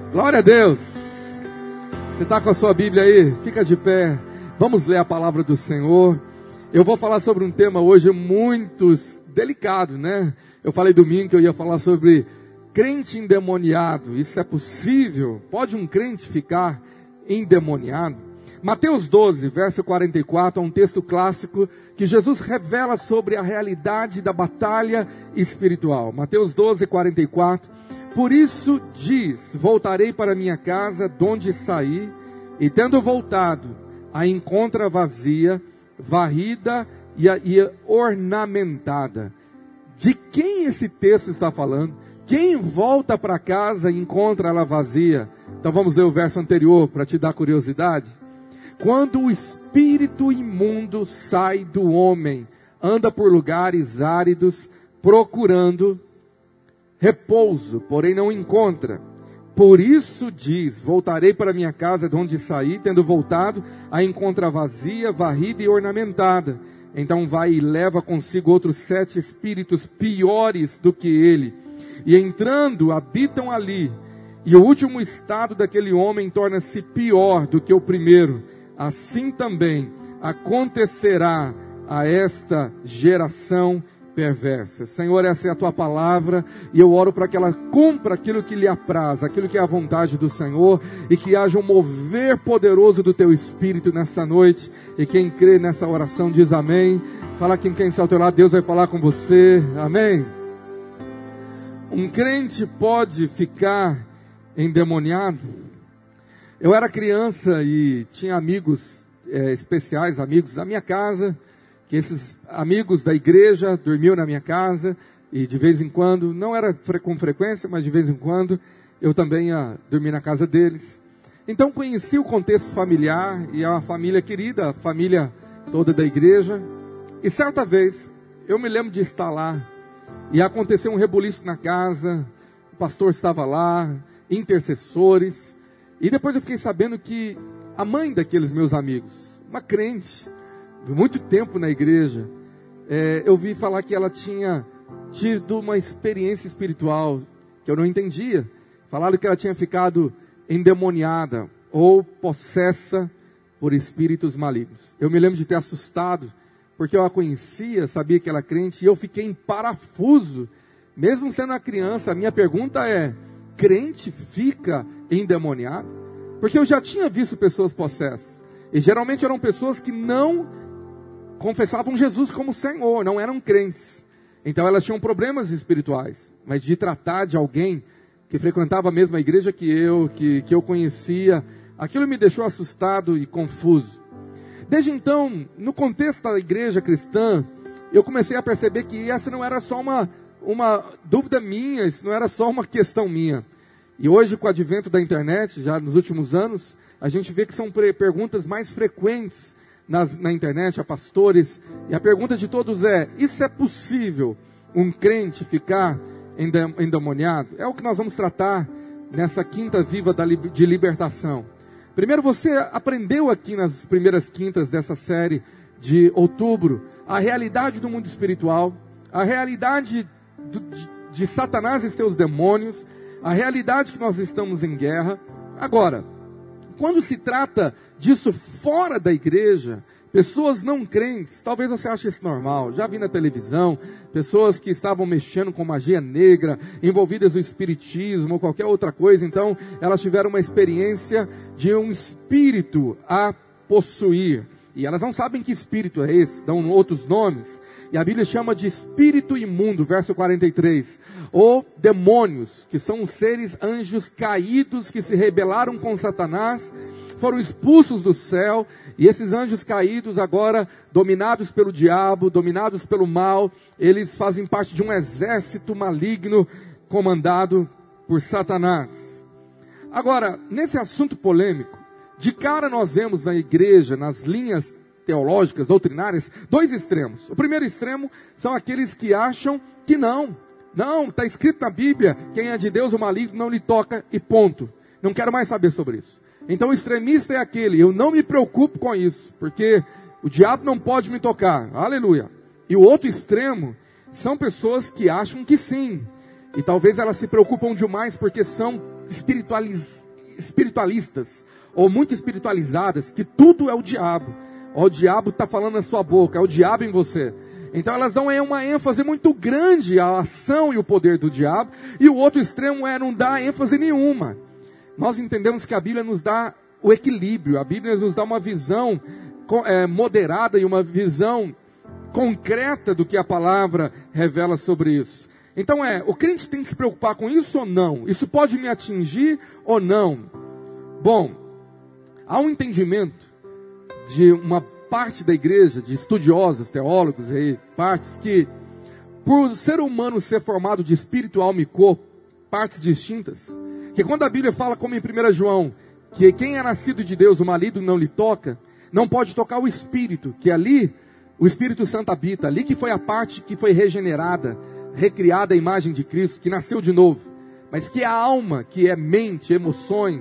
Glória a Deus. Você está com a sua Bíblia aí? Fica de pé. Vamos ler a palavra do Senhor. Eu vou falar sobre um tema hoje muito delicado, né? Eu falei domingo que eu ia falar sobre crente endemoniado. Isso é possível? Pode um crente ficar endemoniado? Mateus 12, verso 44, é um texto clássico que Jesus revela sobre a realidade da batalha espiritual. Mateus 12, 44. Por isso diz, voltarei para minha casa, donde saí, e tendo voltado, a encontra vazia, varrida e ornamentada. De quem esse texto está falando? Quem volta para casa e encontra ela vazia? Então vamos ler o verso anterior para te dar curiosidade. Quando o espírito imundo sai do homem, anda por lugares áridos, procurando repouso, porém não encontra. Por isso diz, voltarei para minha casa de onde saí, tendo voltado, a encontra vazia, varrida e ornamentada. Então vai e leva consigo outros 7 espíritos piores do que ele. E entrando, habitam ali. E o último estado daquele homem torna-se pior do que o primeiro. Assim também acontecerá a esta geração perversa. Senhor, essa é a tua palavra, e eu oro para que ela cumpra aquilo que lhe apraz, aquilo que é a vontade do Senhor, e que haja um mover poderoso do teu Espírito nessa noite. E quem crê nessa oração diz amém. Fala aqui quem está ao teu lado, Deus vai falar com você. Amém. Um crente pode ficar endemoniado? Eu era criança e tinha amigos especiais, amigos da minha casa, que esses amigos da igreja dormiam na minha casa, e de vez em quando, não era com frequência, mas de vez em quando, eu também ia dormir na casa deles. Então conheci o contexto familiar, e é uma família querida, a família toda da igreja. E certa vez, eu me lembro de estar lá, e aconteceu um rebuliço na casa, o pastor estava lá, intercessores, e depois eu fiquei sabendo que a mãe daqueles meus amigos, uma crente, muito tempo na igreja, eu vi falar que ela tinha tido uma experiência espiritual que eu não entendia. Falaram que ela tinha ficado endemoniada ou possessa por espíritos malignos. Eu me lembro de ter assustado, porque eu a conhecia, sabia que ela era crente, e eu fiquei em parafuso. Mesmo sendo uma criança, a minha pergunta é: crente fica endemoniado? Porque eu já tinha visto pessoas possessas, e geralmente eram pessoas que não confessavam Jesus como Senhor, não eram crentes. Então elas tinham problemas espirituais, mas de tratar de alguém que frequentava a mesma igreja que eu conhecia, aquilo me deixou assustado e confuso. Desde então, no contexto da igreja cristã, eu comecei a perceber que essa não era só uma dúvida minha, isso não era só uma questão minha. E hoje, com o advento da internet, já nos últimos anos, a gente vê que são perguntas mais frequentes na internet, a pastores, e a pergunta de todos é: isso é possível um crente ficar endemoniado? É o que nós vamos tratar nessa quinta viva de libertação. Primeiro, você aprendeu aqui nas primeiras quintas dessa série de outubro a realidade do mundo espiritual, a realidade de Satanás e seus demônios, a realidade que nós estamos em guerra. Agora, quando se trata disso fora da igreja, pessoas não crentes, talvez você ache isso normal. Já vi na televisão pessoas que estavam mexendo com magia negra, envolvidas no espiritismo ou qualquer outra coisa. Então elas tiveram uma experiência de um espírito a possuir, e elas não sabem que espírito é esse, dão outros nomes, e a Bíblia chama de espírito imundo, verso 43, ou demônios, que são os seres anjos caídos que se rebelaram com Satanás, foram expulsos do céu, e esses anjos caídos agora, dominados pelo diabo, dominados pelo mal, eles fazem parte de um exército maligno, comandado por Satanás. Agora, nesse assunto polêmico, de cara nós vemos na igreja, nas linhas teológicas, doutrinárias, 2 extremos. O primeiro extremo são aqueles que acham que não, está escrito na Bíblia, quem é de Deus, o maligno não lhe toca, e ponto. Não quero mais saber sobre isso. Então o extremista é aquele: eu não me preocupo com isso, porque o diabo não pode me tocar, aleluia. E o outro extremo são pessoas que acham que sim, e talvez elas se preocupam demais porque são espiritualistas, ou muito espiritualizadas, que tudo é o diabo. O diabo está falando na sua boca, é o diabo em você. Então elas dão uma ênfase muito grande à ação e o poder do diabo, e o outro extremo é não dar ênfase nenhuma. Nós entendemos que a Bíblia nos dá o equilíbrio, a Bíblia nos dá uma visão moderada e uma visão concreta do que a palavra revela sobre isso. Então o crente tem que se preocupar com isso ou não? Isso pode me atingir ou não? Bom, há um entendimento de uma parte da igreja, de estudiosos, teólogos, partes que, por o ser humano ser formado de espírito, alma e corpo, partes distintas, que quando a Bíblia fala, como em 1 João, que quem é nascido de Deus, o maligno não lhe toca, não pode tocar o espírito, que ali o Espírito Santo habita, ali que foi a parte que foi regenerada, recriada à imagem de Cristo, que nasceu de novo, mas que a alma, que é mente, emoções,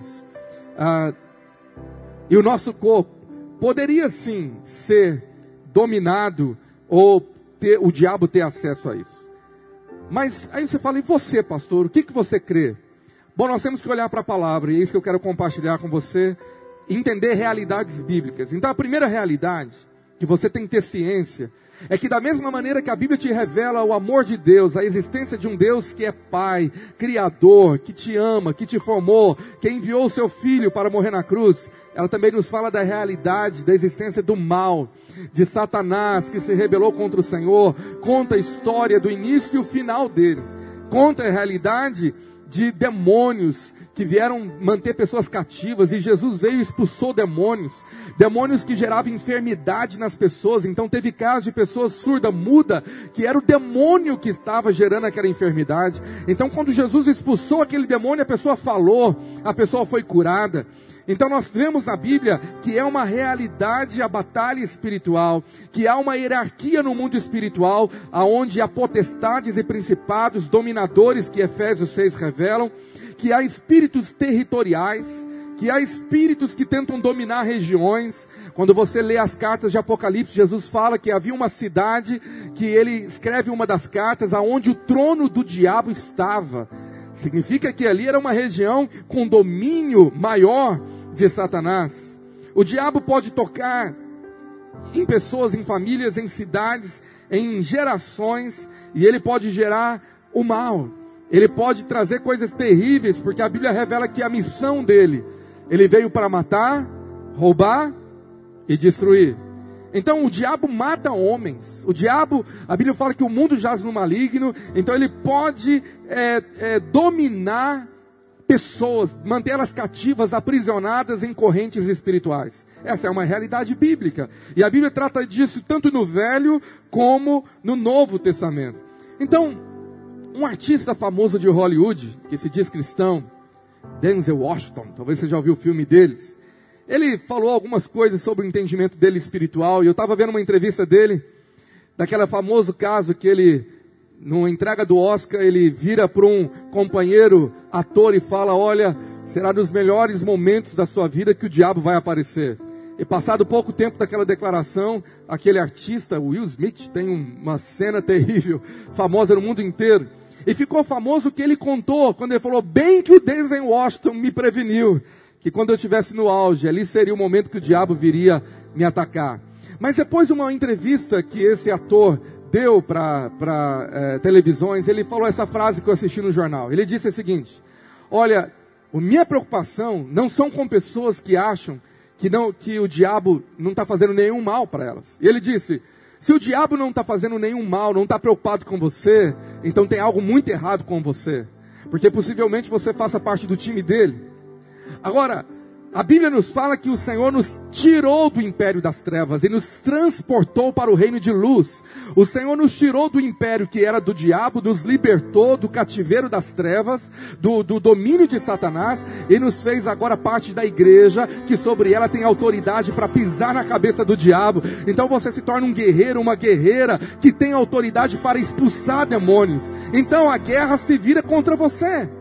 e o nosso corpo, poderia sim ser dominado ou o diabo ter acesso a isso. Mas aí você fala, e você, pastor, o que você crê? Bom, nós temos que olhar para a palavra, e é isso que eu quero compartilhar com você, entender realidades bíblicas. Então a primeira realidade, que você tem que ter ciência, é que da mesma maneira que a Bíblia te revela o amor de Deus, a existência de um Deus que é Pai, Criador, que te ama, que te formou, que enviou o seu Filho para morrer na cruz, ela também nos fala da realidade, da existência do mal, de Satanás que se rebelou contra o Senhor, conta a história do início e o final dele, conta a realidade de demônios que vieram manter pessoas cativas, e Jesus veio e expulsou demônios que geravam enfermidade nas pessoas. Então teve casos de pessoas surda, muda, que era o demônio que estava gerando aquela enfermidade. Então quando Jesus expulsou aquele demônio, a pessoa falou, a pessoa foi curada. Então nós vemos na Bíblia que é uma realidade a batalha espiritual, que há uma hierarquia no mundo espiritual, aonde há potestades e principados, dominadores, que Efésios 6 revelam, que há espíritos territoriais, que há espíritos que tentam dominar regiões. Quando você lê as cartas de Apocalipse, Jesus fala que havia uma cidade, que ele escreve uma das cartas, aonde o trono do diabo estava. Significa que ali era uma região com domínio maior de Satanás. O diabo pode tocar em pessoas, em famílias, em cidades, em gerações, e ele pode gerar o mal. Ele pode trazer coisas terríveis, porque a Bíblia revela que a missão dele, ele veio para matar, roubar e destruir. Então o diabo mata homens. O diabo, a Bíblia fala que o mundo jaz no maligno. Então ele pode dominar pessoas, mantê-las cativas, aprisionadas em correntes espirituais. Essa é uma realidade bíblica. E a Bíblia trata disso tanto no Velho como no Novo Testamento. Então, um artista famoso de Hollywood, que se diz cristão, Denzel Washington, talvez você já ouviu o filme deles, ele falou algumas coisas sobre o entendimento dele espiritual, e eu estava vendo uma entrevista dele, daquele famoso caso que ele, numa entrega do Oscar, ele vira para um companheiro ator e fala, olha, será nos melhores momentos da sua vida que o diabo vai aparecer. E passado pouco tempo daquela declaração, aquele artista, Will Smith, tem uma cena terrível, famosa no mundo inteiro, e ficou famoso que ele contou, quando ele falou, bem que o Denzel Washington me preveniu, que quando eu estivesse no auge, ali seria o momento que o diabo viria me atacar. Mas depois de uma entrevista que esse ator deu para televisões, ele falou essa frase que eu assisti no jornal. Ele disse o seguinte, olha, a minha preocupação não são com pessoas que acham que o diabo não está fazendo nenhum mal para elas. E ele disse, se o diabo não está fazendo nenhum mal, não está preocupado com você, então tem algo muito errado com você. Porque possivelmente você faça parte do time dele. Agora, a Bíblia nos fala que o Senhor nos tirou do império das trevas e nos transportou para o reino de luz. O Senhor nos tirou do império que era do diabo, nos libertou do cativeiro das trevas, do domínio de Satanás, e nos fez agora parte da igreja, que sobre ela tem autoridade para pisar na cabeça do diabo. Então você se torna um guerreiro, uma guerreira, que tem autoridade para expulsar demônios. Então a guerra se vira contra você.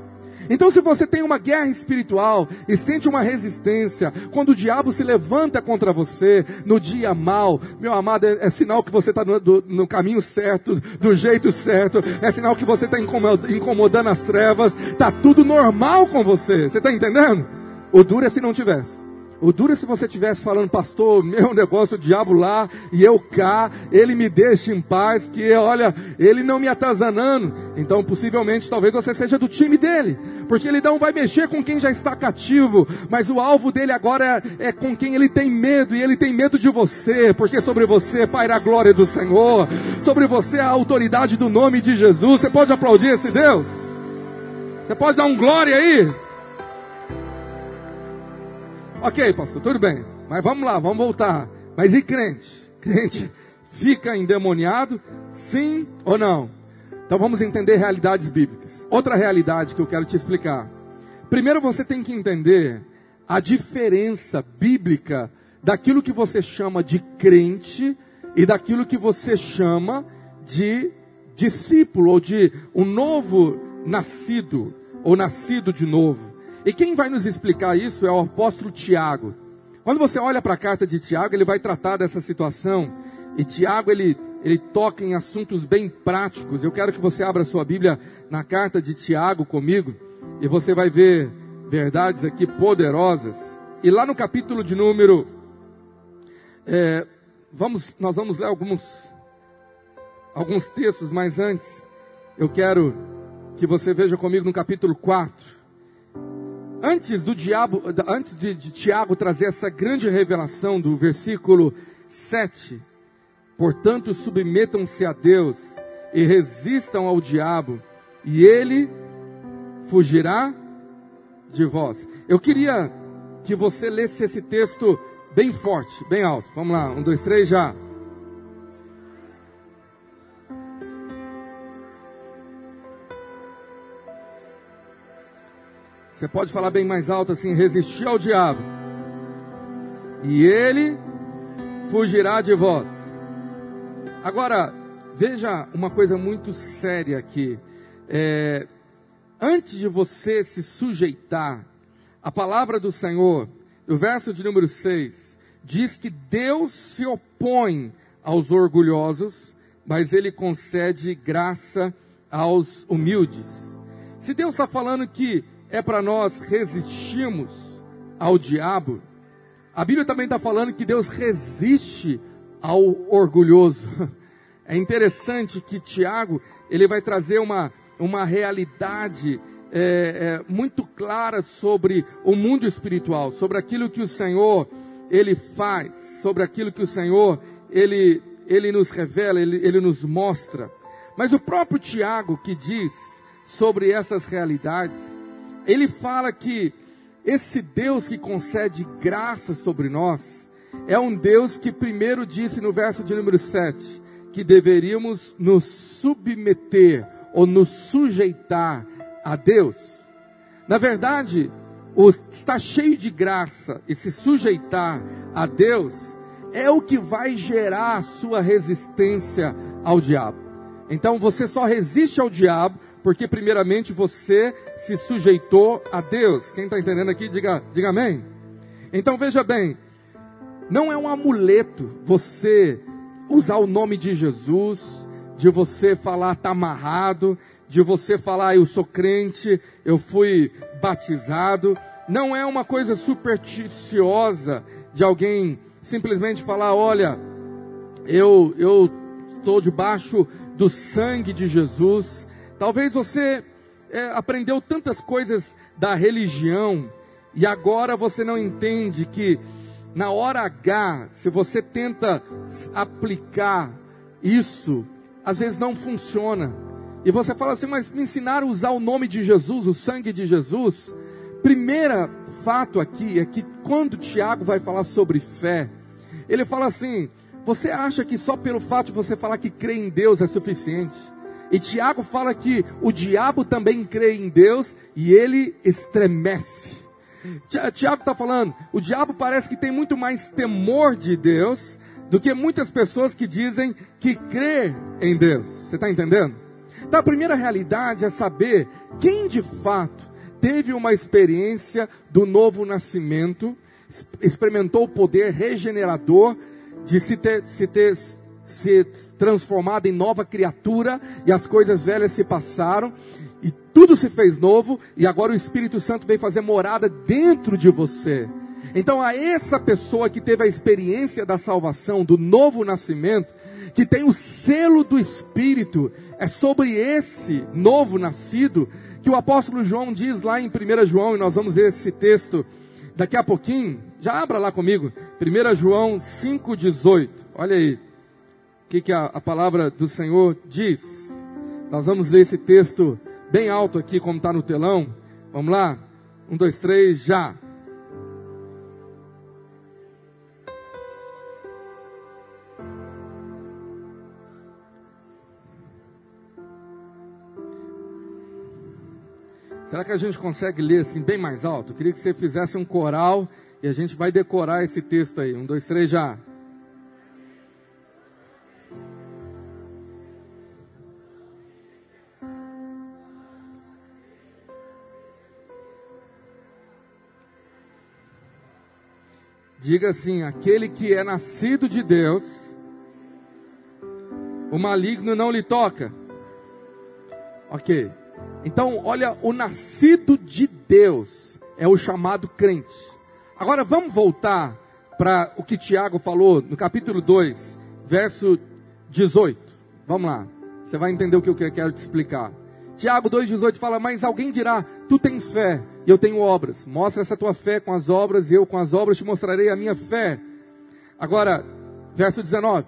Então, se você tem uma guerra espiritual e sente uma resistência, quando o diabo se levanta contra você no dia mau, meu amado, é sinal que você está no caminho certo, do jeito certo, é sinal que você está incomodando as trevas, está tudo normal com você. Você está entendendo? O duro é se não tivesse. O duro é se você estivesse falando, pastor, meu negócio, o diabo lá e eu cá, ele me deixa em paz, que olha, ele não me atazanando. Então, possivelmente, talvez você seja do time dele, porque ele não vai mexer com quem já está cativo, mas o alvo dele agora é com quem ele tem medo, e ele tem medo de você, porque sobre você paira a glória do Senhor, sobre você a autoridade do nome de Jesus. Você pode aplaudir esse Deus? Você pode dar um glória aí? Ok, pastor, tudo bem, mas vamos lá, vamos voltar. Mas e crente? Crente fica endemoniado, sim ou não? Então vamos entender realidades bíblicas. Outra realidade que eu quero te explicar. Primeiro você tem que entender a diferença bíblica daquilo que você chama de crente e daquilo que você chama de discípulo, ou de um novo nascido, ou nascido de novo. E quem vai nos explicar isso é o apóstolo Tiago. Quando você olha para a carta de Tiago, ele vai tratar dessa situação. E Tiago, ele toca em assuntos bem práticos. Eu quero que você abra a sua Bíblia na carta de Tiago comigo. E você vai ver verdades aqui poderosas. E lá no capítulo de número... nós vamos ler alguns textos, mas antes, eu quero que você veja comigo no capítulo 4. Antes de Tiago trazer essa grande revelação do versículo 7, portanto submetam-se a Deus e resistam ao diabo, e ele fugirá de vós. Eu queria que você lesse esse texto bem forte, bem alto. Vamos lá, 1, 2, 3, já. Você pode falar bem mais alto assim: resistir ao diabo, e ele fugirá de vós. Agora, veja uma coisa muito séria aqui. Antes de você se sujeitar, a palavra do Senhor, o verso de número 6, diz que Deus se opõe aos orgulhosos, mas Ele concede graça aos humildes. Se Deus está falando que é para nós resistirmos ao diabo, a Bíblia também está falando que Deus resiste ao orgulhoso. É interessante que Tiago, ele vai trazer uma realidade muito clara sobre o mundo espiritual, sobre aquilo que o Senhor, Ele faz, sobre aquilo que o Senhor, Ele nos revela, Ele nos mostra. Mas o próprio Tiago, que diz sobre essas realidades, ele fala que esse Deus que concede graça sobre nós, é um Deus que primeiro disse no verso de número 7, que deveríamos nos submeter ou nos sujeitar a Deus. Na verdade, estar cheio de graça e se sujeitar a Deus é o que vai gerar a sua resistência ao diabo. Então você só resiste ao diabo porque primeiramente você se sujeitou a Deus. Quem está entendendo aqui, diga amém. Então veja bem, não é um amuleto você usar o nome de Jesus, de você falar está amarrado, de você falar eu sou crente, eu fui batizado. Não é uma coisa supersticiosa de alguém simplesmente falar, olha, eu estou debaixo do sangue de Jesus. Talvez você aprendeu tantas coisas da religião e agora você não entende que na hora H, se você tenta aplicar isso, às vezes não funciona. E você fala assim, mas me ensinaram a usar o nome de Jesus, o sangue de Jesus. Primeiro fato aqui é que quando Tiago vai falar sobre fé, ele fala assim, você acha que só pelo fato de você falar que crê em Deus é suficiente? E Tiago fala que o diabo também crê em Deus e ele estremece. Tiago está falando, o diabo parece que tem muito mais temor de Deus do que muitas pessoas que dizem que crê em Deus. Você está entendendo? Então a primeira realidade é saber quem de fato teve uma experiência do novo nascimento, experimentou o poder regenerador de se transformado em nova criatura, e as coisas velhas se passaram, e tudo se fez novo, e agora o Espírito Santo veio fazer morada dentro de você. Então a essa pessoa que teve a experiência da salvação, do novo nascimento, que tem o selo do Espírito, é sobre esse novo nascido, que o apóstolo João diz lá em 1 João, e nós vamos ver esse texto daqui a pouquinho. Já abra lá comigo, 1 João 5,18, olha aí, o que a palavra do Senhor diz. Nós vamos ler esse texto bem alto aqui, como está no telão. Vamos lá, 1, 2, 3, já. Será que a gente consegue ler assim bem mais alto? Eu queria que você fizesse um coral e a gente vai decorar esse texto aí. 1, 2, 3, já. Diga assim: aquele que é nascido de Deus, o maligno não lhe toca. Ok. Então, olha, o nascido de Deus é o chamado crente. Agora vamos voltar para o que Tiago falou no capítulo 2, verso 18. Vamos lá, você vai entender o que eu quero te explicar. Tiago 2,18 fala: mas alguém dirá, tu tens fé e eu tenho obras. Mostra essa tua fé com as obras, e eu com as obras te mostrarei a minha fé. Agora, verso 19.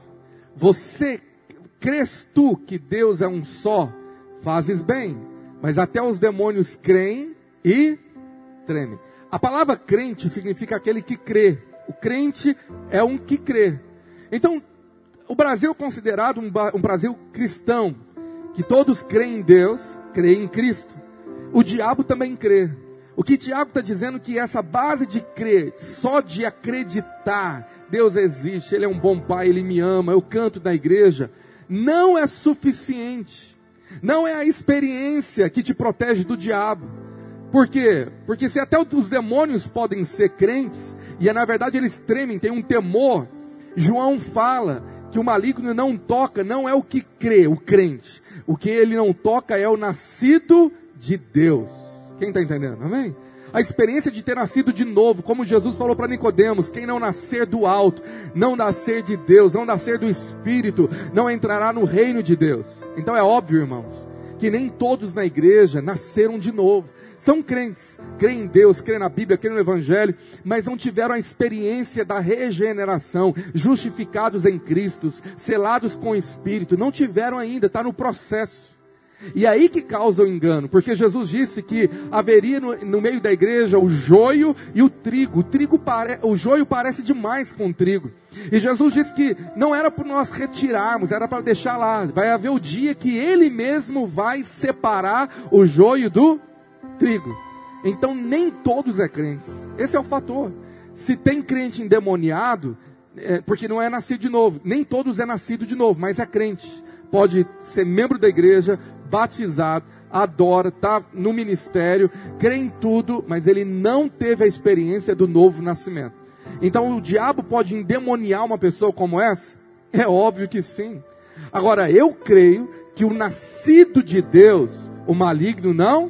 Crês tu que Deus é um só? Fazes bem. Mas até os demônios creem e tremem. A palavra crente significa aquele que crê. O crente é um que crê. Então, o Brasil é considerado um Brasil cristão, que todos creem em Deus, creem em Cristo. O diabo também crê. O que Tiago está dizendo é que essa base de crer, só de acreditar, Deus existe, Ele é um bom pai, Ele me ama, eu canto na igreja, não é suficiente. Não é a experiência que te protege do diabo. Por quê? Porque se até os demônios podem ser crentes, e na verdade eles tremem, têm um temor. João fala que o maligno não toca, não é o que crê, o crente. O que ele não toca é o nascido de Deus. Quem está entendendo? Amém? A experiência de ter nascido de novo, como Jesus falou para Nicodemos: quem não nascer do alto, não nascer de Deus, não nascer do Espírito, não entrará no reino de Deus. Então é óbvio, irmãos, que nem todos na igreja nasceram de novo. São crentes, creem em Deus, creem na Bíblia, creem no Evangelho, mas não tiveram a experiência da regeneração, justificados em Cristo, selados com o Espírito, não tiveram ainda, está no processo. E aí que causa o engano, porque Jesus disse que haveria no meio da igreja o joio e o trigo. O joio parece demais com o trigo. E Jesus disse que não era para nós retirarmos, era para deixar lá. Vai haver o dia que Ele mesmo vai separar o joio do trigo. Então nem todos é crentes. Esse é o fator. Se tem crente endemoniado, porque não é nascido de novo. Nem todos é nascido de novo, mas é crente. Pode ser membro da igreja, batizado, adora, está no ministério, crê em tudo, mas ele não teve a experiência do novo nascimento. Então o diabo pode endemoniar uma pessoa como essa? É óbvio que sim. Agora eu creio que o nascido de Deus, o maligno não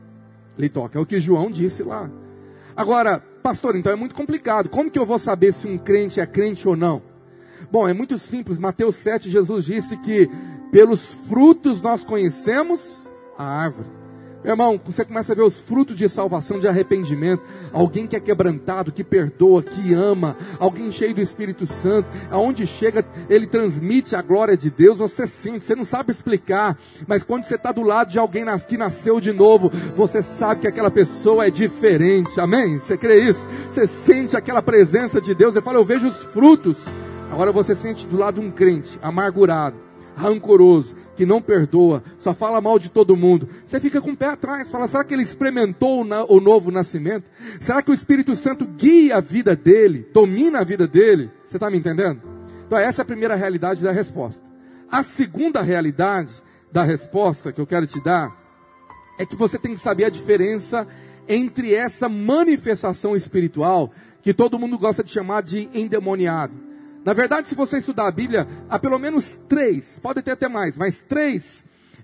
lhe toca. É o que João disse lá. Agora, pastor, então é muito complicado. Como que eu vou saber se um crente é crente ou não? Bom, é muito simples. Mateus 7, Jesus disse que pelos frutos nós conhecemos a árvore. Meu irmão, você começa a ver os frutos de salvação, de arrependimento. Alguém que é quebrantado, que perdoa, que ama. Alguém cheio do Espírito Santo. Aonde chega, ele transmite a glória de Deus. Você sente, você não sabe explicar. Mas quando você está do lado de alguém que nasceu de novo, você sabe que aquela pessoa é diferente. Amém? Você crê isso? Você sente aquela presença de Deus. Você fala, eu vejo os frutos. Agora você sente do lado um crente amargurado, rancoroso, que não perdoa, só fala mal de todo mundo. Você fica com o pé atrás, fala, será que ele experimentou o novo nascimento? Será que o Espírito Santo guia a vida dele, domina a vida dele? Você está me entendendo? Então essa é a primeira realidade da resposta. A segunda realidade da resposta que eu quero te dar, é que você tem que saber a diferença entre essa manifestação espiritual, que todo mundo gosta de chamar de endemoniado. Na verdade, se você estudar a Bíblia, há pelo menos 3, pode ter até mais, mas 3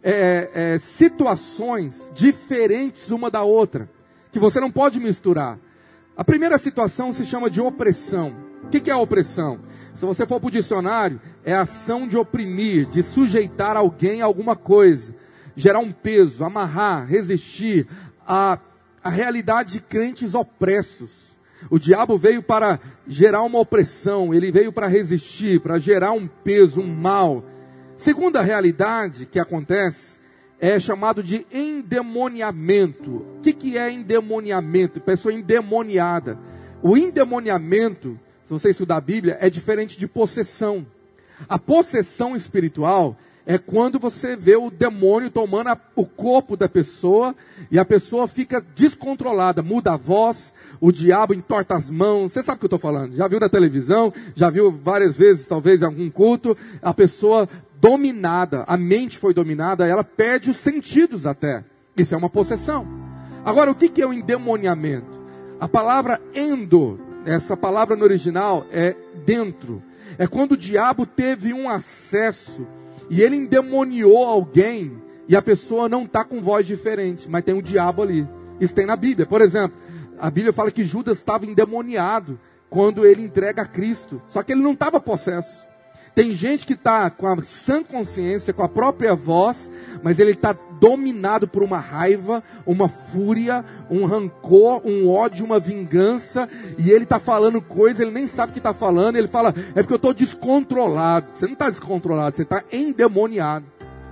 situações diferentes uma da outra, que você não pode misturar. A primeira situação se chama de opressão. O que é a opressão? Se você for para o dicionário, é a ação de oprimir, de sujeitar alguém a alguma coisa, gerar um peso, amarrar, resistir a realidade de crentes opressos. O diabo veio para gerar uma opressão, ele veio para resistir, para gerar um peso, um mal. Segunda realidade que acontece é chamado de endemoniamento. O que é endemoniamento? Pessoa endemoniada. O endemoniamento, se você estudar a Bíblia, é diferente de possessão. A possessão espiritual é quando você vê o demônio tomando o corpo da pessoa e a pessoa fica descontrolada, muda a voz, o diabo entorta as mãos. Você sabe o que eu estou falando? Já viu na televisão, já viu várias vezes, talvez em algum culto, a pessoa dominada, a mente foi dominada, ela perde os sentidos até. Isso é uma possessão. Agora, o que é o endemoniamento? A palavra endo, essa palavra no original é dentro. É quando o diabo teve um acesso e ele endemoniou alguém e a pessoa não está com voz diferente, mas tem um diabo ali. Isso tem na Bíblia. Por exemplo, a Bíblia fala que Judas estava endemoniado quando ele entrega a Cristo. Só que ele não estava possesso. Tem gente que está com a sã consciência, com a própria voz, mas ele está dominado por uma raiva, uma fúria, um rancor, um ódio, uma vingança, e ele está falando coisa, ele nem sabe o que está falando, ele fala, é porque eu estou descontrolado. Você não está descontrolado, você está endemoniado.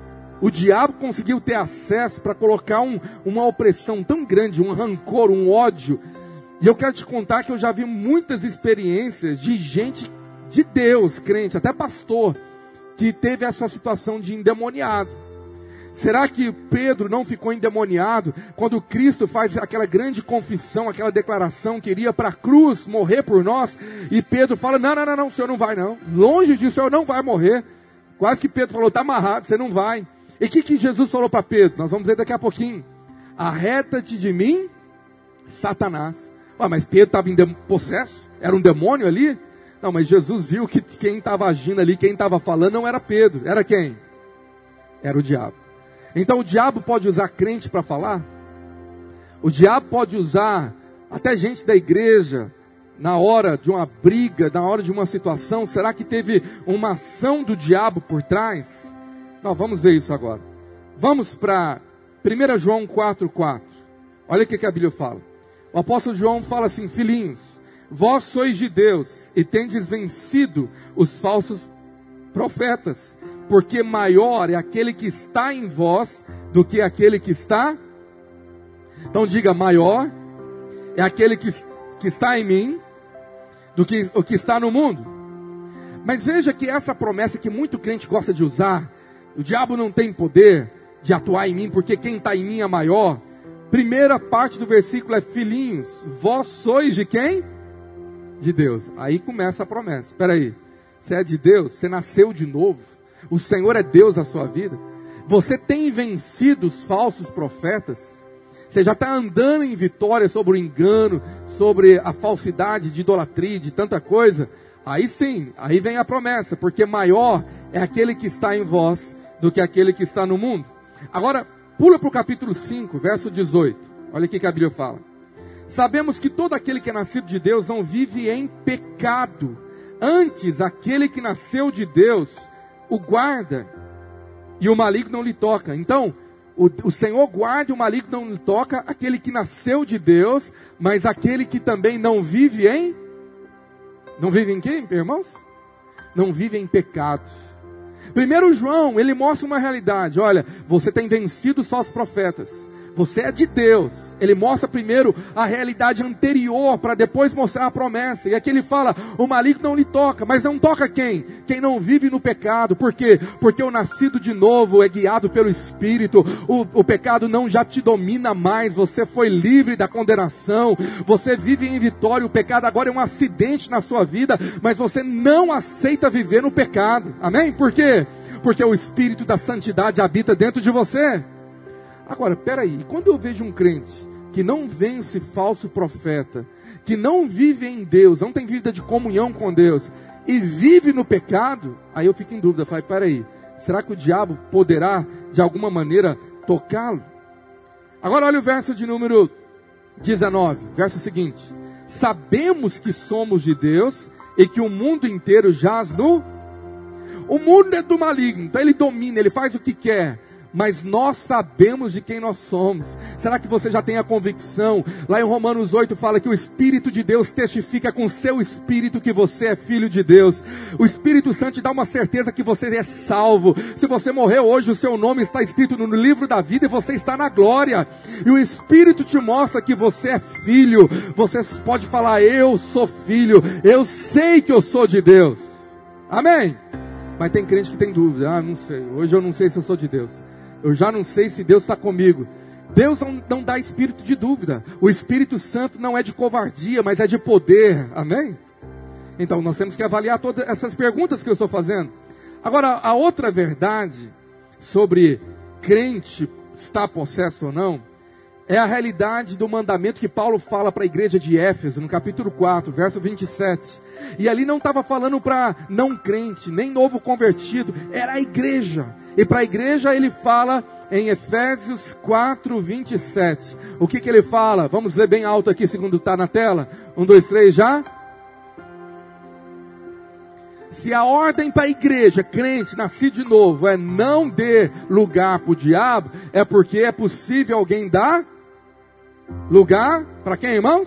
O diabo conseguiu ter acesso para colocar uma opressão tão grande, um rancor, um ódio. E eu quero te contar que eu já vi muitas experiências de gente de Deus, crente, até pastor, que teve essa situação de endemoniado. Será que Pedro não ficou endemoniado quando Cristo faz aquela grande confissão, aquela declaração que iria para a cruz morrer por nós? E Pedro fala, não, o senhor não vai não. Longe disso, o senhor não vai morrer. Quase que Pedro falou, está amarrado, você não vai. E o que Jesus falou para Pedro? Nós vamos ver daqui a pouquinho. Arreta-te de mim, Satanás. Ué, mas Pedro estava em possesso? Era um demônio ali? Não, mas Jesus viu que quem estava agindo ali, quem estava falando não era Pedro. Era quem? Era o diabo. Então o diabo pode usar crente para falar? O diabo pode usar até gente da igreja na hora de uma briga, na hora de uma situação. Será que teve uma ação do diabo por trás? Não, vamos ver isso agora. Vamos para 1 João 4,4. Olha o que a Bíblia fala. O apóstolo João fala assim, filhinhos, vós sois de Deus e tendes vencido os falsos profetas, porque maior é aquele que está em vós do que aquele que está. Então diga, maior é aquele que está em mim do que o que está no mundo. Mas veja que essa promessa que muito crente gosta de usar, o diabo não tem poder de atuar em mim, porque quem está em mim é maior. Primeira parte do versículo é, filhinhos, vós sois de quem? De Deus. Aí começa a promessa. Espera aí, você é de Deus? Você nasceu de novo? O Senhor é Deus na sua vida? Você tem vencido os falsos profetas? Você já está andando em vitória sobre o engano, sobre a falsidade de idolatria, de tanta coisa? Aí sim, aí vem a promessa, porque maior é aquele que está em vós do que aquele que está no mundo. Agora, pula para o capítulo 5, verso 18. Olha o que a Bíblia fala. Sabemos que todo aquele que é nascido de Deus não vive em pecado. Antes, aquele que nasceu de Deus o guarda e o maligno não lhe toca. Então, o Senhor guarda e o maligno não lhe toca, aquele que nasceu de Deus, mas aquele que também não vive em... Não vive em quê, irmãos? Não vive em pecado. Primeiro João, ele mostra uma realidade. Olha, você tem vencido os falsos profetas. Você é de Deus. Ele mostra primeiro a realidade anterior, para depois mostrar a promessa. E aqui ele fala, o maligno não lhe toca. Mas não toca quem? Quem não vive no pecado. Por quê? Porque o nascido de novo é guiado pelo Espírito. O pecado não já te domina mais. Você foi livre da condenação. Você vive em vitória. O pecado agora é um acidente na sua vida. Mas você não aceita viver no pecado. Amém? Por quê? Porque o Espírito da santidade habita dentro de você. Agora, peraí, quando eu vejo um crente que não vence falso profeta, que não vive em Deus, não tem vida de comunhão com Deus, e vive no pecado, aí eu fico em dúvida, falo, peraí, será que o diabo poderá, de alguma maneira, tocá-lo? Agora olha o verso de número 19, verso seguinte: sabemos que somos de Deus, e que o mundo inteiro jaz no... O mundo é do maligno, então ele domina, ele faz o que quer. Mas nós sabemos de quem nós somos. Será que você já tem a convicção? Lá em Romanos 8 fala que o Espírito de Deus testifica com o seu Espírito que você é filho de Deus. O Espírito Santo te dá uma certeza que você é salvo. Se você morreu hoje, o seu nome está escrito no livro da vida e você está na glória. E o Espírito te mostra que você é filho. Você pode falar, eu sou filho, eu sei que eu sou de Deus. Amém? Mas tem crente que tem dúvida. Não sei, hoje eu não sei se eu sou de Deus. Eu já não sei se Deus está comigo. Deus não dá espírito de dúvida. O Espírito Santo não é de covardia, mas é de poder. Amém? Então nós temos que avaliar todas essas perguntas que eu estou fazendo. Agora, a outra verdade sobre crente estar possesso ou não, é a realidade do mandamento que Paulo fala para a igreja de Éfeso, no capítulo 4, verso 27. E ali não estava falando para não crente, nem novo convertido, era a igreja. E para a igreja ele fala em Efésios 4, 27. O que ele fala? Vamos ler bem alto aqui, segundo está na tela. 1, 2, 3, já? Se a ordem para a igreja, crente, nascido de novo, é não dê lugar para o diabo, é porque é possível alguém dar lugar para quem, irmãos?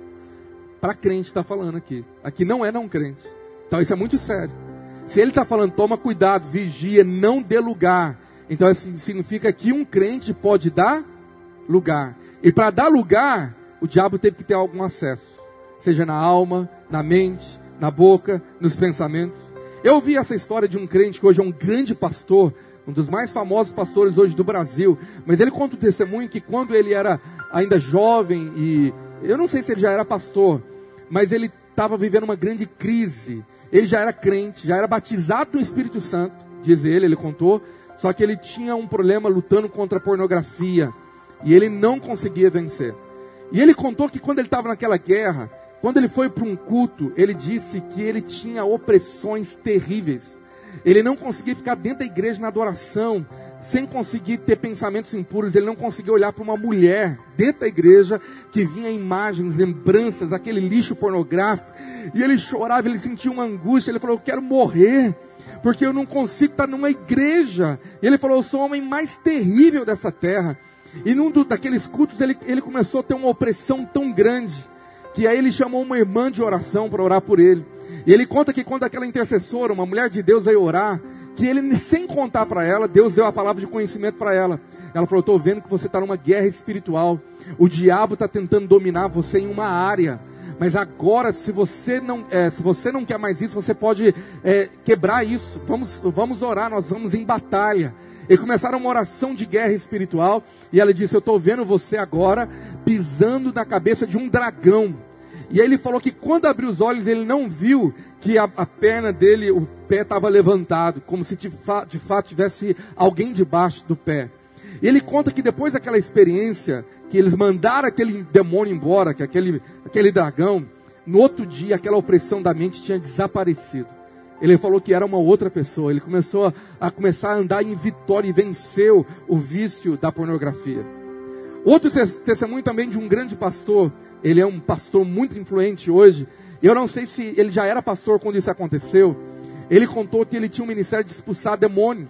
Para crente está falando aqui. Aqui não é não crente. Então isso é muito sério. Se ele está falando, toma cuidado, vigia, não dê lugar. Então assim, significa que um crente pode dar lugar. E para dar lugar, o diabo teve que ter algum acesso. Seja na alma, na mente, na boca, nos pensamentos. Eu ouvi essa história de um crente que hoje é um grande pastor, um dos mais famosos pastores hoje do Brasil. Mas ele conta um testemunho que quando ele era ainda jovem, e eu não sei se ele já era pastor, mas ele estava vivendo uma grande crise. Ele já era crente, já era batizado no Espírito Santo, diz ele contou, só que ele tinha um problema lutando contra a pornografia, e ele não conseguia vencer. E ele contou que quando ele estava naquela guerra, quando ele foi para um culto, ele disse que ele tinha opressões terríveis. Ele não conseguia ficar dentro da igreja na adoração, sem conseguir ter pensamentos impuros. Ele não conseguia olhar para uma mulher dentro da igreja que vinha imagens, lembranças, aquele lixo pornográfico. E ele chorava, ele sentia uma angústia. Ele falou, eu quero morrer, porque eu não consigo estar numa igreja. E ele falou, eu sou o homem mais terrível dessa terra. E num daqueles cultos ele começou a ter uma opressão tão grande, que aí ele chamou uma irmã de oração para orar por ele. E ele conta que quando aquela intercessora, uma mulher de Deus, veio orar, que ele, sem contar para ela, Deus deu a palavra de conhecimento para ela. Ela falou, estou vendo que você está numa guerra espiritual. O diabo está tentando dominar você em uma área. Mas agora, se você não quer mais isso, você pode quebrar isso. Vamos orar, nós vamos em batalha. E começaram uma oração de guerra espiritual. E ela disse, eu estou vendo você agora pisando na cabeça de um dragão. E aí ele falou que quando abriu os olhos, ele não viu que a perna dele, o pé estava levantado, como se de fato tivesse alguém debaixo do pé. E ele conta que depois daquela experiência, que eles mandaram aquele demônio embora, que aquele dragão, no outro dia aquela opressão da mente tinha desaparecido. Ele falou que era uma outra pessoa. Ele começou a andar em vitória e venceu o vício da pornografia. Outro testemunho também de um grande pastor. Ele é um pastor muito influente hoje. Eu não sei se ele já era pastor quando isso aconteceu. Ele contou que ele tinha um ministério de expulsar demônios.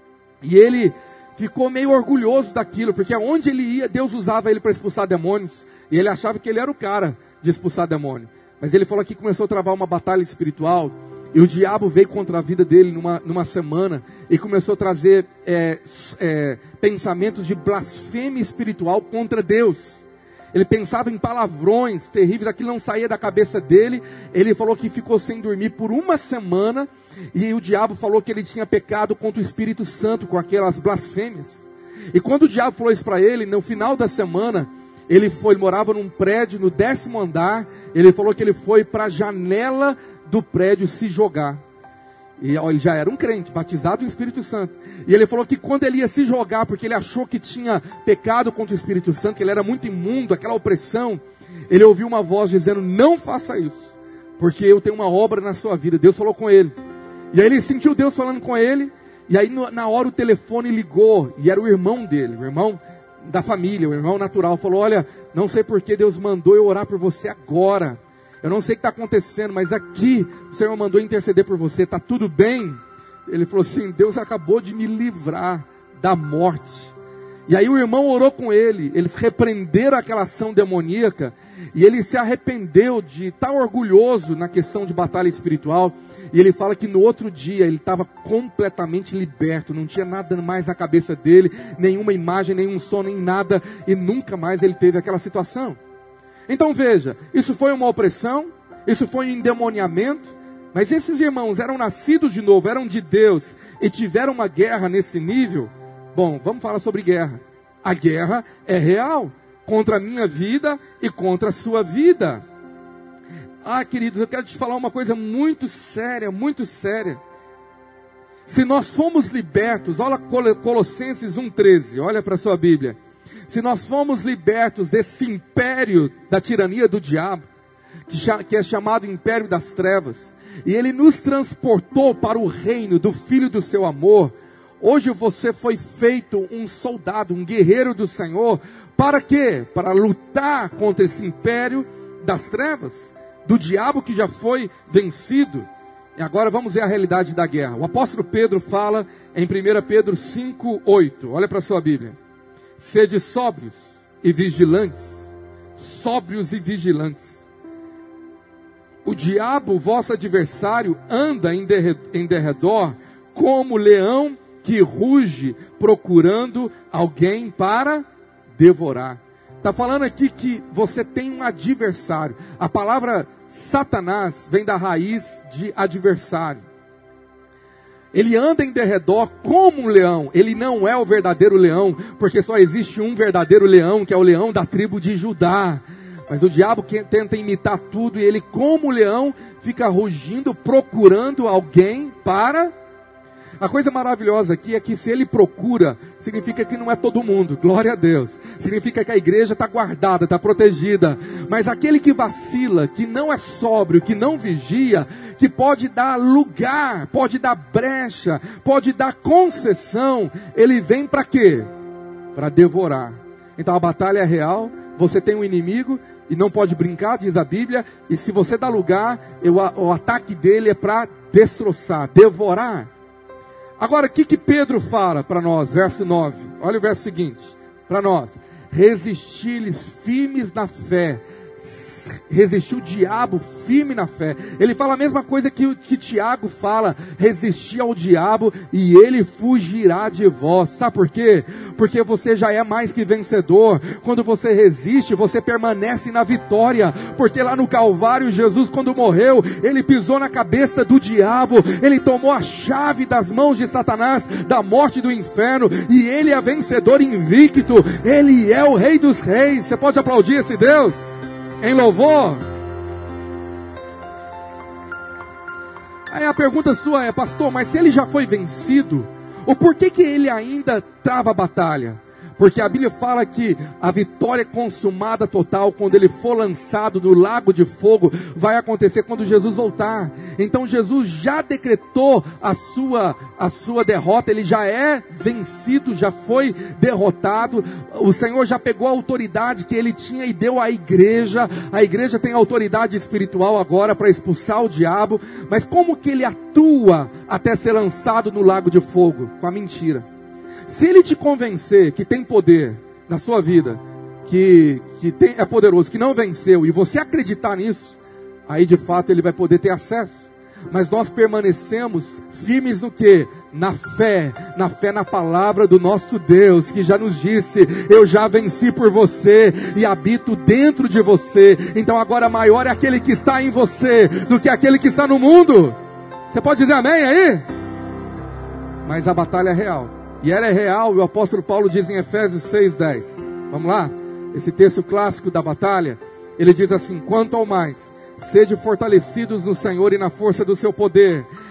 E ele ficou meio orgulhoso daquilo, porque onde ele ia, Deus usava ele para expulsar demônios. E ele achava que ele era o cara de expulsar demônio. Mas ele falou que começou a travar uma batalha espiritual. E o diabo veio contra a vida dele numa semana e começou a trazer pensamentos de blasfêmia espiritual contra Deus. Ele pensava em palavrões terríveis, aquilo não saía da cabeça dele. Ele falou que ficou sem dormir por uma semana. E o diabo falou que ele tinha pecado contra o Espírito Santo com aquelas blasfêmias. E quando o diabo falou isso para ele, no final da semana, ele morava num prédio no 10º andar. Ele falou que ele foi para a janela do prédio se jogar. E ó, ele já era um crente, batizado no Espírito Santo. E ele falou que quando ele ia se jogar, porque ele achou que tinha pecado contra o Espírito Santo, que ele era muito imundo, aquela opressão, ele ouviu uma voz dizendo: não faça isso, porque eu tenho uma obra na sua vida. Deus falou com ele. E aí ele sentiu Deus falando com ele. E aí na hora o telefone ligou. E era o irmão dele, o irmão da família, o irmão natural. Falou: olha, não sei porque Deus mandou eu orar por você agora. Eu não sei o que está acontecendo, mas aqui o Senhor mandou interceder por você. Está tudo bem? Ele falou assim: Deus acabou de me livrar da morte. E aí o irmão orou com ele. Eles repreenderam aquela ação demoníaca. E ele se arrependeu de estar orgulhoso na questão de batalha espiritual. E ele fala que no outro dia ele estava completamente liberto. Não tinha nada mais na cabeça dele. Nenhuma imagem, nenhum som, nem nada. E nunca mais ele teve aquela situação. Então veja, isso foi uma opressão, isso foi um endemoniamento, mas esses irmãos eram nascidos de novo, eram de Deus e tiveram uma guerra nesse nível. Bom, vamos falar sobre guerra. A guerra é real, contra a minha vida e contra a sua vida. Ah, queridos, eu quero te falar uma coisa muito séria, muito séria. Se nós fomos libertos, olha Colossenses 1,13, olha para a sua Bíblia. Se nós fomos libertos desse império da tirania do diabo, que é chamado império das trevas, e ele nos transportou para o reino do Filho do seu amor, hoje você foi feito um soldado, um guerreiro do Senhor. Para quê? Para lutar contra esse império das trevas, do diabo que já foi vencido. E agora vamos ver a realidade da guerra. O apóstolo Pedro fala em 1 Pedro 5,8. Olha para a sua Bíblia. Sede sóbrios e vigilantes. Sóbrios e vigilantes. O diabo, vosso adversário, anda em derredor como leão que ruge, procurando alguém para devorar. Está falando aqui que você tem um adversário. A palavra Satanás vem da raiz de adversário. Ele anda em derredor como um leão. Ele não é o verdadeiro leão, porque só existe um verdadeiro leão, que é o leão da tribo de Judá. Mas o diabo tenta imitar tudo, e ele, como leão, fica rugindo, procurando alguém para... A coisa maravilhosa aqui é que se ele procura, significa que não é todo mundo, glória a Deus. Significa que a igreja está guardada, está protegida. Mas aquele que vacila, que não é sóbrio, que não vigia, que pode dar lugar, pode dar brecha, pode dar concessão, ele vem para quê? Para devorar. Então a batalha é real, você tem um inimigo e não pode brincar, diz a Bíblia. E se você dá lugar, o ataque dele é para destroçar, devorar. Agora, o que Pedro fala para nós? Verso 9. Olha o verso seguinte. Para nós. Resistir-lhes firmes na fé. Resistir o diabo firme na fé. Ele fala a mesma coisa que Tiago fala. Resistir ao diabo e ele fugirá de vós. Sabe por quê? Porque você já é mais que vencedor. Quando você resiste, você permanece na vitória. Porque lá no Calvário, Jesus, quando morreu, ele pisou na cabeça do diabo. Ele tomou a chave das mãos de Satanás, da morte e do inferno. E ele é vencedor invicto. Ele é o Rei dos Reis. Você pode aplaudir esse Deus? Em louvor. Aí a pergunta sua é: pastor, mas se ele já foi vencido, o porquê que ele ainda trava a batalha? Porque a Bíblia fala que a vitória consumada total, quando ele for lançado no lago de fogo, vai acontecer quando Jesus voltar. Então Jesus já decretou a sua derrota, ele já é vencido, já foi derrotado. O Senhor já pegou a autoridade que ele tinha e deu à igreja. A igreja tem autoridade espiritual agora para expulsar o diabo. Mas como que ele atua até ser lançado no lago de fogo? Com a mentira. Se ele te convencer que tem poder na sua vida, que é poderoso, que não venceu, e você acreditar nisso, aí de fato ele vai poder ter acesso. Mas nós permanecemos firmes no quê? Na fé na palavra do nosso Deus, que já nos disse: eu já venci por você e habito dentro de você. Então agora maior é aquele que está em você do que aquele que está no mundo. Você pode dizer amém aí? Mas a batalha é real. E ela é real, e o apóstolo Paulo diz em Efésios 6:10. Vamos lá? Esse texto clássico da batalha, ele diz assim: quanto ao mais, sede fortalecidos no Senhor e na força do seu poder.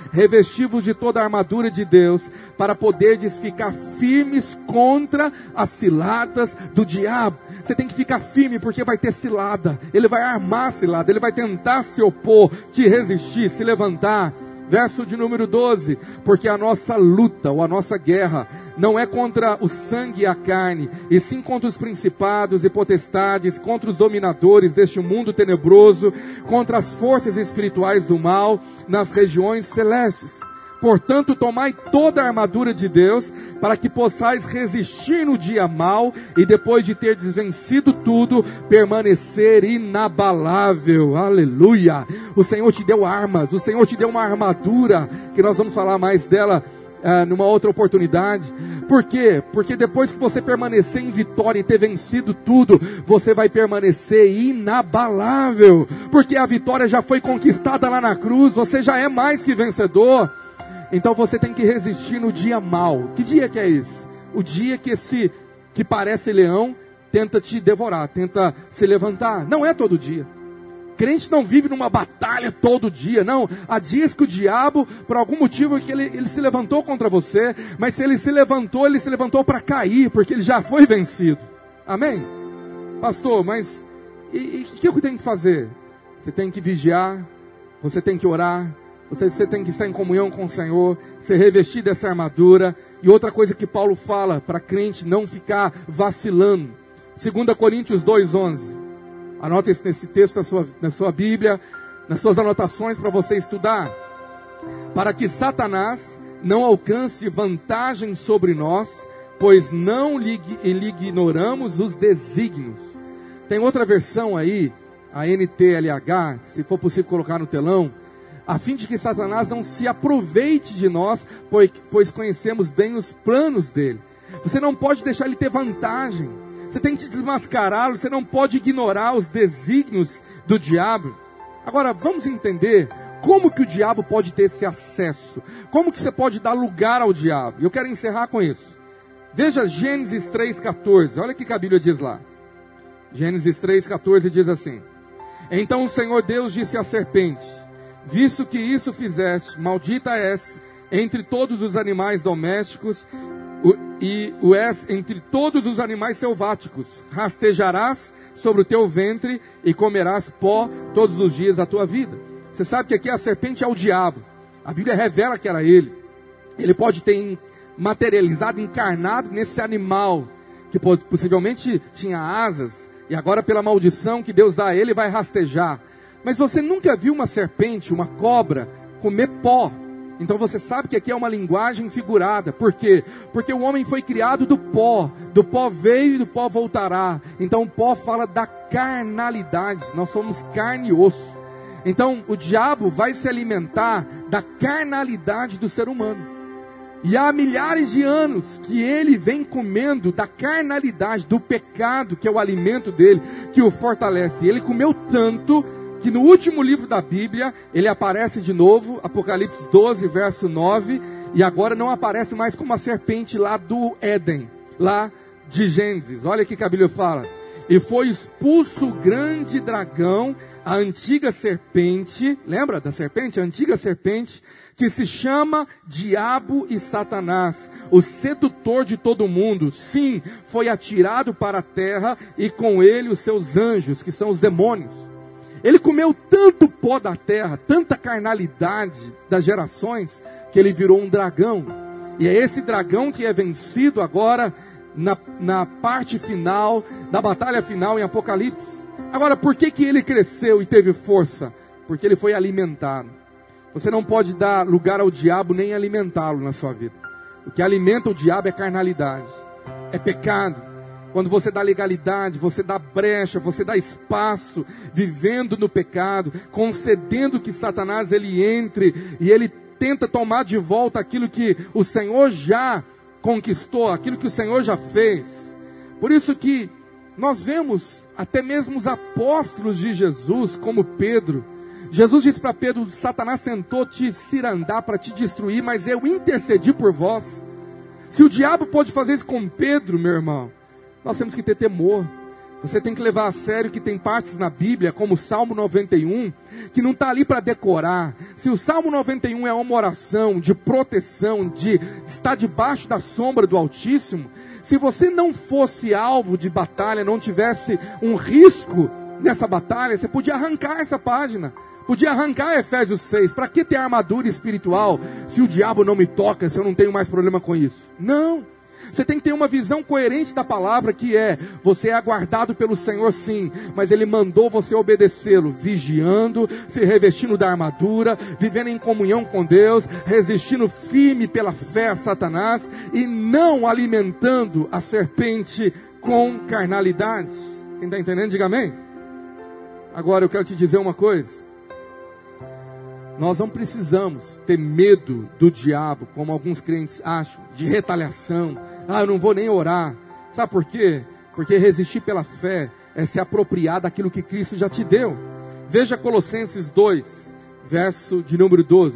revesti-vos de toda a armadura de Deus, para poderdes ficar firmes contra as ciladas do diabo. Você tem que ficar firme, porque vai ter cilada. Ele vai armar cilada, ele vai tentar se opor, te resistir, se levantar. Verso de número 12, porque a nossa luta, ou a nossa guerra, não é contra o sangue e a carne, e sim contra os principados e potestades, contra os dominadores deste mundo tenebroso, contra as forças espirituais do mal, nas regiões celestes. Portanto, tomai toda a armadura de Deus, para que possais resistir no dia mau, e depois de ter vencido tudo, permanecer inabalável. Aleluia! O Senhor te deu armas, o Senhor te deu uma armadura, que nós vamos falar mais dela numa outra oportunidade. Por quê? Porque depois que você permanecer em vitória e ter vencido tudo, você vai permanecer inabalável, porque a vitória já foi conquistada lá na cruz, você já é mais que vencedor. Então você tem que resistir no dia mau. Que dia que é esse? O dia que esse que parece leão tenta te devorar, tenta se levantar. Não é todo dia. Crente não vive numa batalha todo dia, não. Há dias que o diabo, por algum motivo, que ele se levantou contra você, mas se ele se levantou para cair, porque ele já foi vencido. Amém? Pastor, mas o que eu tenho que fazer? Você tem que vigiar, você tem que orar, você tem que estar em comunhão com o Senhor, se revestir dessa armadura. E outra coisa que Paulo fala para crente não ficar vacilando. 2 Coríntios 2:11. Anota nesse texto na sua Bíblia, nas suas anotações para você estudar. Para que Satanás não alcance vantagem sobre nós, pois não lhe ignoramos os desígnios. Tem outra versão aí, a NTLH, se for possível colocar no telão, a fim de que Satanás não se aproveite de nós, pois conhecemos bem os planos dele. Você não pode deixar ele ter vantagem. Você tem que desmascará-lo, você não pode ignorar os desígnios do diabo. Agora, vamos entender como que o diabo pode ter esse acesso. Como que você pode dar lugar ao diabo. Eu quero encerrar com isso. Veja Gênesis 3,14. Olha o que a Bíblia diz lá. Gênesis 3,14 diz assim: Então o Senhor Deus disse à serpente: Visto que isso fizeste, maldita és entre todos os animais domésticos, e o és entre todos os animais selváticos. Rastejarás sobre o teu ventre e comerás pó todos os dias da tua vida. Você sabe que aqui a serpente é o diabo. A Bíblia revela que era ele. Ele pode ter materializado, encarnado nesse animal, que possivelmente tinha asas, e agora pela maldição que Deus dá a ele, vai rastejar. Mas você nunca viu uma serpente, uma cobra, comer pó. Então você sabe que aqui é uma linguagem figurada. Por quê? Porque o homem foi criado do pó veio e do pó voltará. Então o pó fala da carnalidade, nós somos carne e osso. Então o diabo vai se alimentar da carnalidade do ser humano. E há milhares de anos que ele vem comendo da carnalidade, do pecado, que é o alimento dele, que o fortalece. E ele comeu tanto que no último livro da Bíblia, ele aparece de novo, Apocalipse 12, verso 9, e agora não aparece mais como a serpente lá do Éden, lá de Gênesis. Olha aqui que a Bíblia fala: E foi expulso o grande dragão, a antiga serpente, lembra da serpente? A antiga serpente, que se chama Diabo e Satanás, o sedutor de todo mundo. Sim, foi atirado para a terra, e com ele os seus anjos, que são os demônios. Ele comeu tanto pó da terra, tanta carnalidade das gerações, que ele virou um dragão. E é esse dragão que é vencido agora na parte final, da batalha final em Apocalipse. Agora, por que ele cresceu e teve força? Porque ele foi alimentado. Você não pode dar lugar ao diabo nem alimentá-lo na sua vida. O que alimenta o diabo é carnalidade, é pecado. Quando você dá legalidade, você dá brecha, você dá espaço, vivendo no pecado, concedendo que Satanás ele entre, e ele tenta tomar de volta aquilo que o Senhor já conquistou, aquilo que o Senhor já fez. Por isso que nós vemos até mesmo os apóstolos de Jesus, como Pedro. Jesus disse para Pedro: Satanás tentou te cirandar para te destruir, mas eu intercedi por vós. Se o diabo pode fazer isso com Pedro, meu irmão, nós temos que ter temor. Você tem que levar a sério que tem partes na Bíblia, como o Salmo 91, que não está ali para decorar. Se o Salmo 91 é uma oração de proteção, de estar debaixo da sombra do Altíssimo, se você não fosse alvo de batalha, não tivesse um risco nessa batalha, você podia arrancar essa página. Podia arrancar Efésios 6. Para que ter armadura espiritual se o diabo não me toca, se eu não tenho mais problema com isso? Não. Você tem que ter uma visão coerente da palavra, que é, você é aguardado pelo Senhor sim, mas Ele mandou você obedecê-lo, vigiando, se revestindo da armadura, vivendo em comunhão com Deus, resistindo firme pela fé a Satanás, e não alimentando a serpente com carnalidade. Quem está entendendo, diga amém. Agora eu quero te dizer uma coisa. Nós não precisamos ter medo do diabo, como alguns crentes acham, de retaliação. Eu não vou nem orar. Sabe por quê? Porque resistir pela fé é se apropriar daquilo que Cristo já te deu. Veja Colossenses 2, verso de número 12.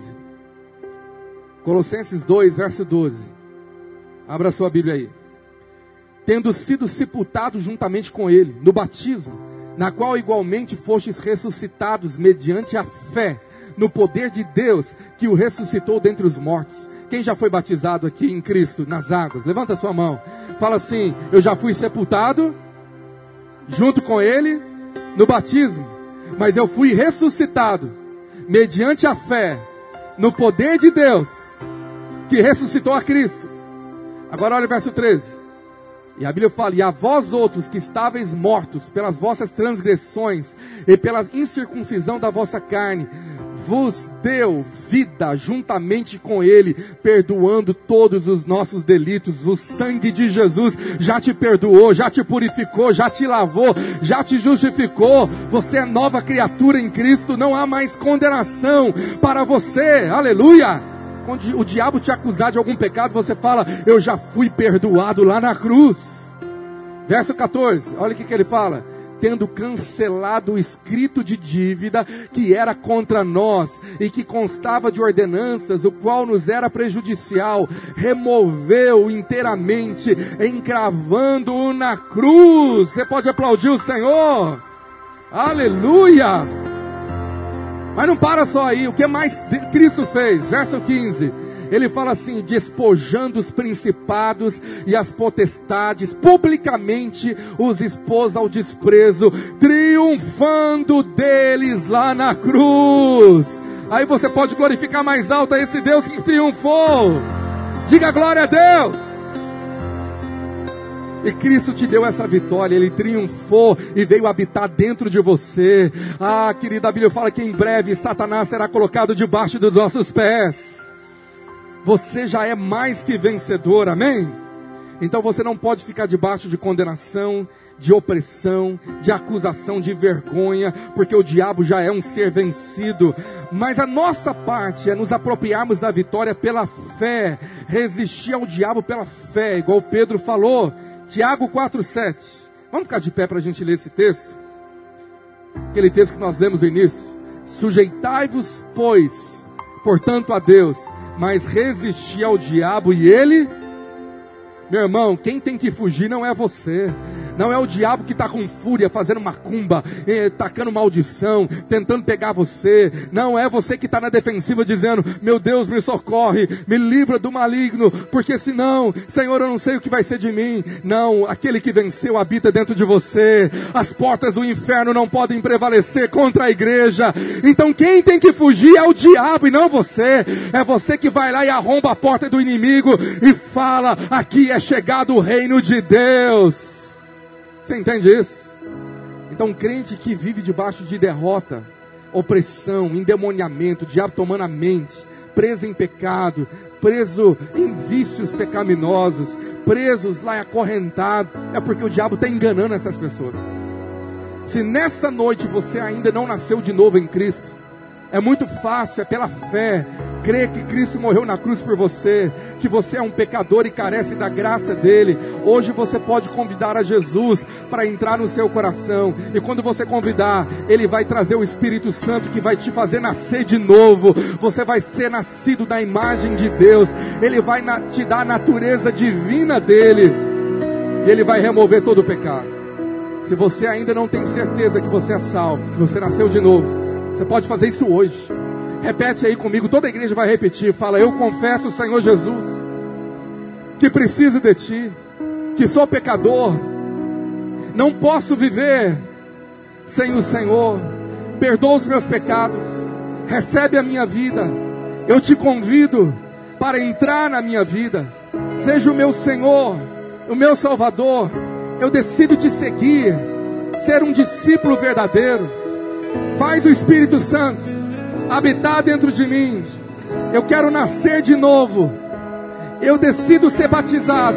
Colossenses 2, verso 12. Abra sua Bíblia aí. Tendo sido sepultados juntamente com Ele, no batismo, na qual igualmente fostes ressuscitados mediante a fé, no poder de Deus que o ressuscitou dentre os mortos. Quem já foi batizado aqui em Cristo, nas águas? Levanta a sua mão. Fala assim: eu já fui sepultado junto com Ele no batismo, mas eu fui ressuscitado mediante a fé no poder de Deus que ressuscitou a Cristo. Agora olha o verso 13. E a Bíblia fala: e a vós outros que estáveis mortos pelas vossas transgressões e pela incircuncisão da vossa carne, vos deu vida juntamente com Ele, perdoando todos os nossos delitos. O sangue de Jesus já te perdoou, já te purificou, já te lavou, já te justificou. Você é nova criatura em Cristo, não há mais condenação para você. Aleluia! Quando o diabo te acusar de algum pecado, você fala: eu já fui perdoado lá na cruz. Verso 14, olha o que ele fala: tendo cancelado o escrito de dívida que era contra nós e que constava de ordenanças, o qual nos era prejudicial, removeu inteiramente, encravando-o na cruz. Você pode aplaudir o Senhor? Aleluia! Mas não para só aí, o que mais Cristo fez? Verso 15, ele fala assim: despojando os principados e as potestades, publicamente os expôs ao desprezo, triunfando deles lá na cruz. Aí você pode glorificar mais alto a esse Deus que triunfou. Diga glória a Deus. E Cristo te deu essa vitória, Ele triunfou e veio habitar dentro de você. Querida, a Bíblia fala que em breve Satanás será colocado debaixo dos nossos pés. Você já é mais que vencedor, amém? Então você não pode ficar debaixo de condenação, de opressão, de acusação, de vergonha, porque o diabo já é um ser vencido. Mas a nossa parte é nos apropriarmos da vitória pela fé, resistir ao diabo pela fé, igual Pedro falou. Tiago 4,7. Vamos ficar de pé para a gente ler esse texto? Aquele texto que nós lemos no início. Sujeitai-vos, pois, portanto, a Deus, mas resisti ao diabo e ele... Meu irmão, quem tem que fugir não é você. Não é o diabo que está com fúria, fazendo macumba, tacando maldição, tentando pegar você. Não é você que está na defensiva dizendo: meu Deus, me socorre, me livra do maligno, porque senão, Senhor, eu não sei o que vai ser de mim. Não, aquele que venceu habita dentro de você. As portas do inferno não podem prevalecer contra a igreja. Então quem tem que fugir é o diabo e não você. É você que vai lá e arromba a porta do inimigo e fala: aqui é chegado o reino de Deus. Você entende isso? Então um crente que vive debaixo de derrota, opressão, endemoniamento, o diabo tomando a mente, preso em pecado, preso em vícios pecaminosos, presos lá acorrentado, é porque o diabo está enganando essas pessoas. Se nessa noite você ainda não nasceu de novo em Cristo, é muito fácil, é pela fé, crer que Cristo morreu na cruz por você, que você é um pecador e carece da graça dele. Hoje você pode convidar a Jesus para entrar no seu coração, e quando você convidar, ele vai trazer o Espírito Santo que vai te fazer nascer de novo. Você vai ser nascido da imagem de Deus, ele vai te dar a natureza divina dele, e ele vai remover todo o pecado. Se você ainda não tem certeza que você é salvo, que você nasceu de novo, você pode fazer isso hoje. Repete aí comigo, toda a igreja vai repetir. Fala: eu confesso, Senhor Jesus, que preciso de Ti, que sou pecador, não posso viver sem o Senhor. Perdoa os meus pecados, recebe a minha vida. Eu te convido para entrar na minha vida. Seja o meu Senhor, o meu Salvador. Eu decido te seguir, ser um discípulo verdadeiro. Faz o Espírito Santo habitar dentro de mim. Eu quero nascer de novo. Eu decido ser batizado.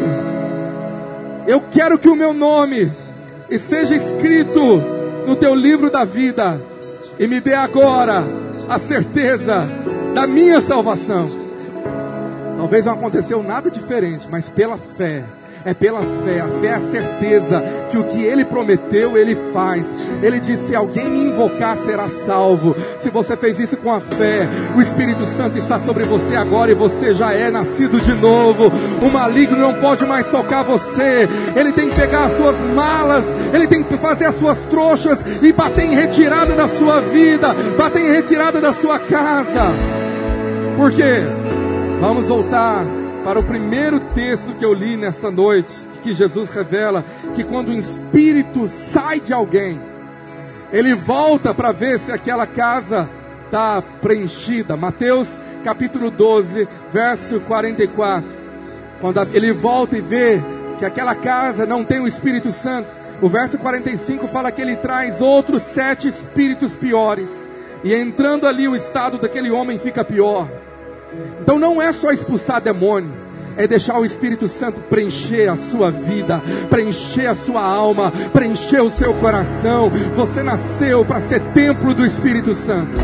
Eu quero que o meu nome esteja escrito no teu livro da vida. E me dê agora a certeza da minha salvação. Talvez não aconteceu nada diferente, mas pela fé. É pela fé, a fé é a certeza que o que Ele prometeu, Ele faz. Ele disse: se alguém me invocar, será salvo. Se você fez isso com a fé, o Espírito Santo está sobre você agora e você já é nascido de novo. O maligno não pode mais tocar você. Ele tem que pegar as suas malas, ele tem que fazer as suas trouxas e bater em retirada da sua vida, bater em retirada da sua casa. Por quê? Vamos voltar para o primeiro texto que eu li nessa noite, que Jesus revela que quando o Espírito sai de alguém, ele volta para ver se aquela casa está preenchida. Mateus capítulo 12, verso 44. Quando ele volta e vê que aquela casa não tem o Espírito Santo, o verso 45 fala que ele traz outros 7 espíritos piores. E entrando ali, o estado daquele homem fica pior. Então não é só expulsar demônio, é deixar o Espírito Santo preencher a sua vida, preencher a sua alma, preencher o seu coração. Você nasceu para ser templo do Espírito Santo.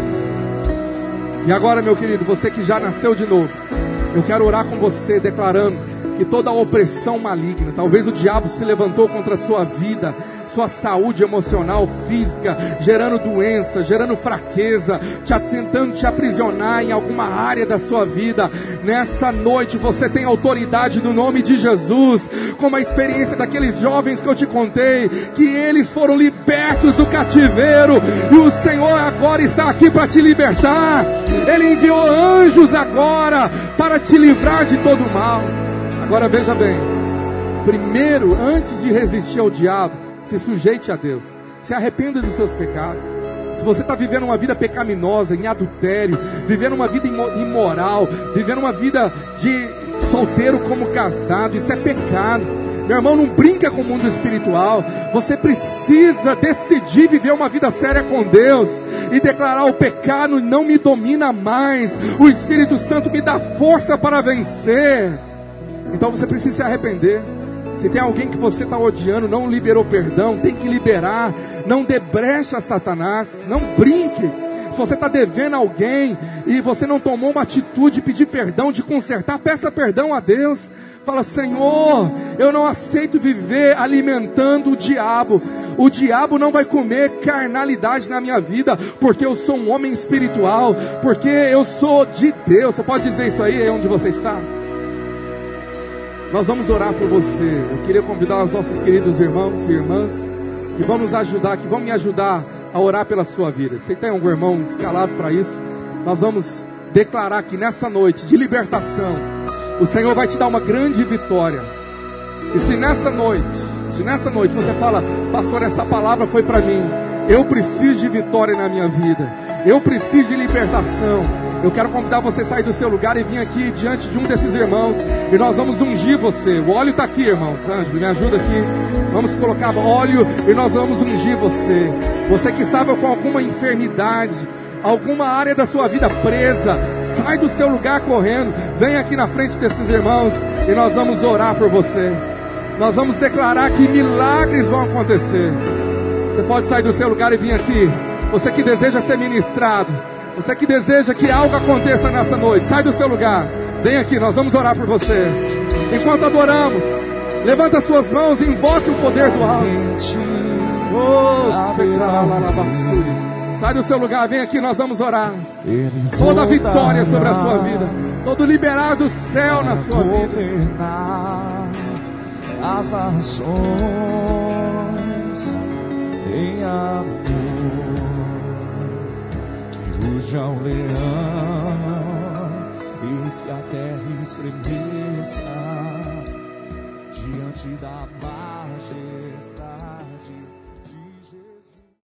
E agora, meu querido, você que já nasceu de novo, eu quero orar com você, declarando que toda a opressão maligna, talvez o diabo se levantou contra a sua vida, sua saúde emocional, física, gerando doença, gerando fraqueza, tentando te aprisionar em alguma área da sua vida. Nessa noite você tem autoridade no nome de Jesus, como a experiência daqueles jovens que eu te contei, que eles foram libertos do cativeiro, e o Senhor agora está aqui para te libertar. Ele enviou anjos agora para te livrar de todo o mal. Agora veja bem, primeiro, antes de resistir ao diabo, se sujeite a Deus, se arrependa dos seus pecados. Se você está vivendo uma vida pecaminosa, em adultério, vivendo uma vida imoral, vivendo uma vida de solteiro como casado, isso é pecado. Meu irmão, não brinca com o mundo espiritual. Você precisa decidir viver uma vida séria com Deus e declarar: o pecado não me domina mais, o Espírito Santo me dá força para vencer. Então você precisa se arrepender. Se tem alguém que você está odiando, não liberou perdão, tem que liberar. Não dê brecha a Satanás, não brinque. Se você está devendo a alguém e você não tomou uma atitude de pedir perdão, de consertar, peça perdão a Deus. Fala: Senhor, eu não aceito viver alimentando o diabo. O diabo não vai comer carnalidade na minha vida, porque eu sou um homem espiritual, porque eu sou de Deus. Você pode dizer isso aí onde você está? Nós vamos orar por você. Eu queria convidar os nossos queridos irmãos e irmãs que vão nos ajudar, que vão me ajudar a orar pela sua vida. Se tem algum irmão escalado para isso, nós vamos declarar que nessa noite de libertação, o Senhor vai te dar uma grande vitória. E se nessa noite você fala: pastor, essa palavra foi para mim, eu preciso de vitória na minha vida, eu preciso de libertação, eu quero convidar você a sair do seu lugar e vir aqui diante de um desses irmãos, e nós vamos ungir você. O óleo está aqui, irmãos. Ângelo, me ajuda aqui. Vamos colocar óleo e nós vamos ungir você. Você que estava com alguma enfermidade, alguma área da sua vida presa, sai do seu lugar correndo, vem aqui na frente desses irmãos e nós vamos orar por você. Nós vamos declarar que milagres vão acontecer. Você pode sair do seu lugar e vir aqui. Você que deseja ser ministrado, você que deseja que algo aconteça nessa noite, sai do seu lugar, vem aqui, nós vamos orar por você. Enquanto adoramos, levanta as suas mãos e invoque o poder do alto. Sai do seu lugar, vem aqui, nós vamos orar. Toda vitória sobre a sua vida, todo liberar do céu na sua vida. As nações, em amor, que ruja um leão e que a terra estremeça diante da majestade